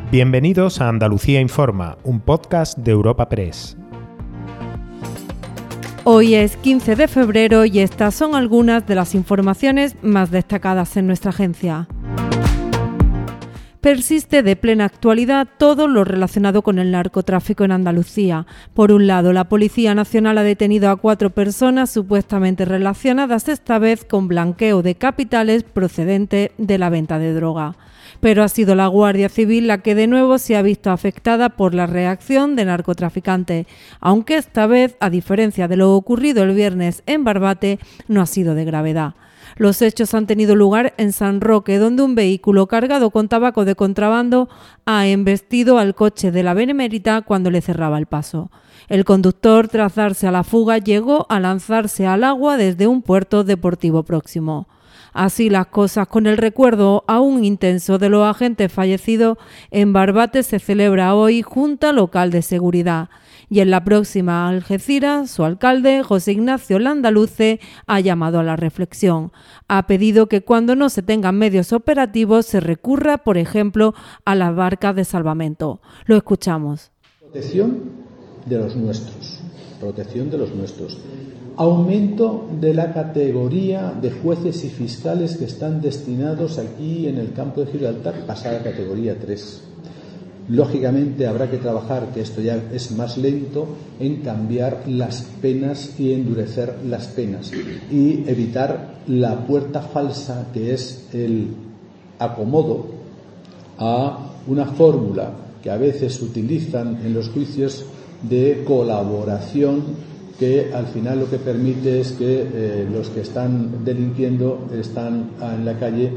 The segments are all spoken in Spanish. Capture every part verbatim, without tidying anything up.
Bienvenidos a Andalucía Informa, un podcast de Europa Press. Hoy es quince de febrero y estas son algunas de las informaciones más destacadas en nuestra agencia. Persiste de plena actualidad todo lo relacionado con el narcotráfico en Andalucía. Por un lado, la Policía Nacional ha detenido a cuatro personas supuestamente relacionadas esta vez con blanqueo de capitales procedente de la venta de droga. Pero ha sido la Guardia Civil la que de nuevo se ha visto afectada por la reacción de narcotraficantes, aunque esta vez, a diferencia de lo ocurrido el viernes en Barbate, no ha sido de gravedad. Los hechos han tenido lugar en San Roque, donde un vehículo cargado con tabaco de contrabando ha embestido al coche de la Benemérita cuando le cerraba el paso. El conductor, tras darse a la fuga, llegó a lanzarse al agua desde un puerto deportivo próximo. Así las cosas, con el recuerdo aún intenso de los agentes fallecidos, en Barbate se celebra hoy Junta Local de Seguridad. Y en la próxima Algeciras, su alcalde, José Ignacio Landaluce, ha llamado a la reflexión. Ha pedido que cuando no se tengan medios operativos se recurra, por ejemplo, a las barcas de salvamento. Lo escuchamos. Protección de los nuestros. Protección de los nuestros. Aumento de la categoría de jueces y fiscales que están destinados aquí en el campo de Gibraltar, pasar a categoría tres. Lógicamente habrá que trabajar, que esto ya es más lento, en cambiar las penas y endurecer las penas y evitar la puerta falsa que es el acomodo a una fórmula que a veces utilizan en los juicios de colaboración, que al final lo que permite es que eh, los que están delinquiendo están en la calle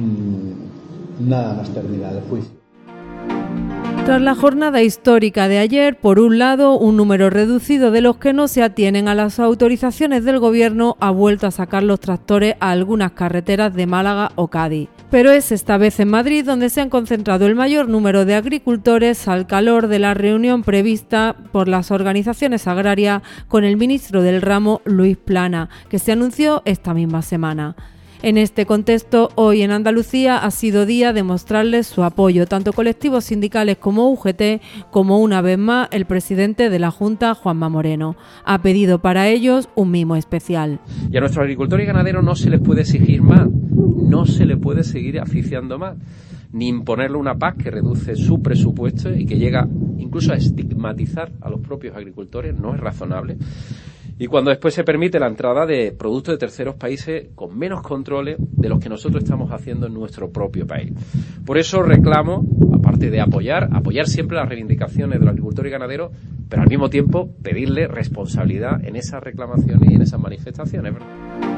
mmm, nada más terminar el juicio. Tras la jornada histórica de ayer, por un lado, un número reducido de los que no se atienen a las autorizaciones del Gobierno ha vuelto a sacar los tractores a algunas carreteras de Málaga o Cádiz. Pero es esta vez en Madrid donde se han concentrado el mayor número de agricultores al calor de la reunión prevista por las organizaciones agrarias con el ministro del ramo, Luis Plana, que se anunció esta misma semana. En este contexto, hoy en Andalucía ha sido día de mostrarles su apoyo, tanto colectivos sindicales como U G T, como una vez más el presidente de la Junta, Juanma Moreno. Ha pedido para ellos un mimo especial. Y a nuestros agricultores y ganaderos no se les puede exigir más, no se les puede seguir asfixiando más, ni imponerle una P A C que reduce su presupuesto y que llega incluso a estigmatizar a los propios agricultores, no es razonable. Y cuando después se permite la entrada de productos de terceros países con menos controles de los que nosotros estamos haciendo en nuestro propio país. Por eso reclamo, aparte de apoyar, apoyar siempre las reivindicaciones del agricultor y ganadero, pero al mismo tiempo pedirle responsabilidad en esas reclamaciones y en esas manifestaciones, ¿verdad?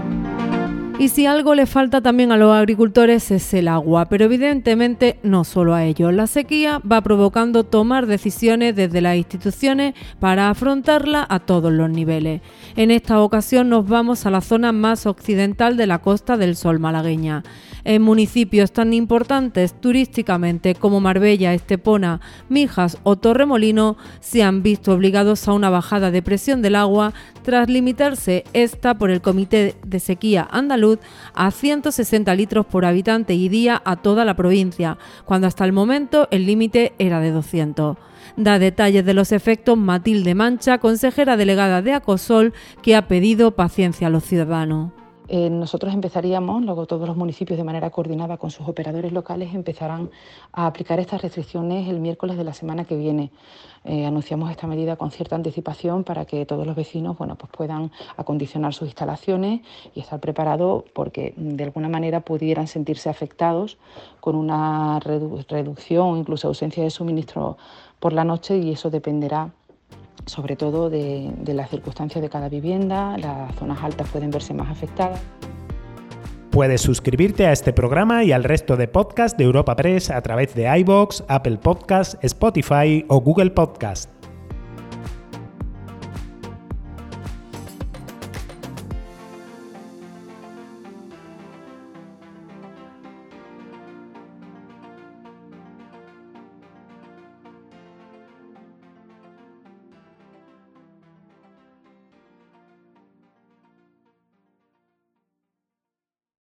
Y si algo le falta también a los agricultores es el agua, pero evidentemente no solo a ellos. La sequía va provocando tomar decisiones desde las instituciones para afrontarla a todos los niveles. En esta ocasión nos vamos a la zona más occidental de la Costa del Sol malagueña. En municipios tan importantes turísticamente como Marbella, Estepona, Mijas o Torremolino se han visto obligados a una bajada de presión del agua tras limitarse esta por el Comité de Sequía Andaluz a ciento sesenta litros por habitante y día a toda la provincia, cuando hasta el momento el límite era de doscientos. Da detalles de los efectos Matilde Mancha, consejera delegada de Acosol, que ha pedido paciencia a los ciudadanos. Eh, nosotros empezaríamos, luego todos los municipios de manera coordinada con sus operadores locales empezarán a aplicar estas restricciones el miércoles de la semana que viene. Eh, anunciamos esta medida con cierta anticipación para que todos los vecinos bueno, pues puedan acondicionar sus instalaciones y estar preparados porque de alguna manera pudieran sentirse afectados con una redu- reducción o incluso ausencia de suministro por la noche, y eso dependerá sobre todo de, de las circunstancias de cada vivienda. Las zonas altas pueden verse más afectadas. Puedes suscribirte a este programa y al resto de podcasts de Europa Press a través de iVoox, Apple Podcasts, Spotify o Google Podcasts.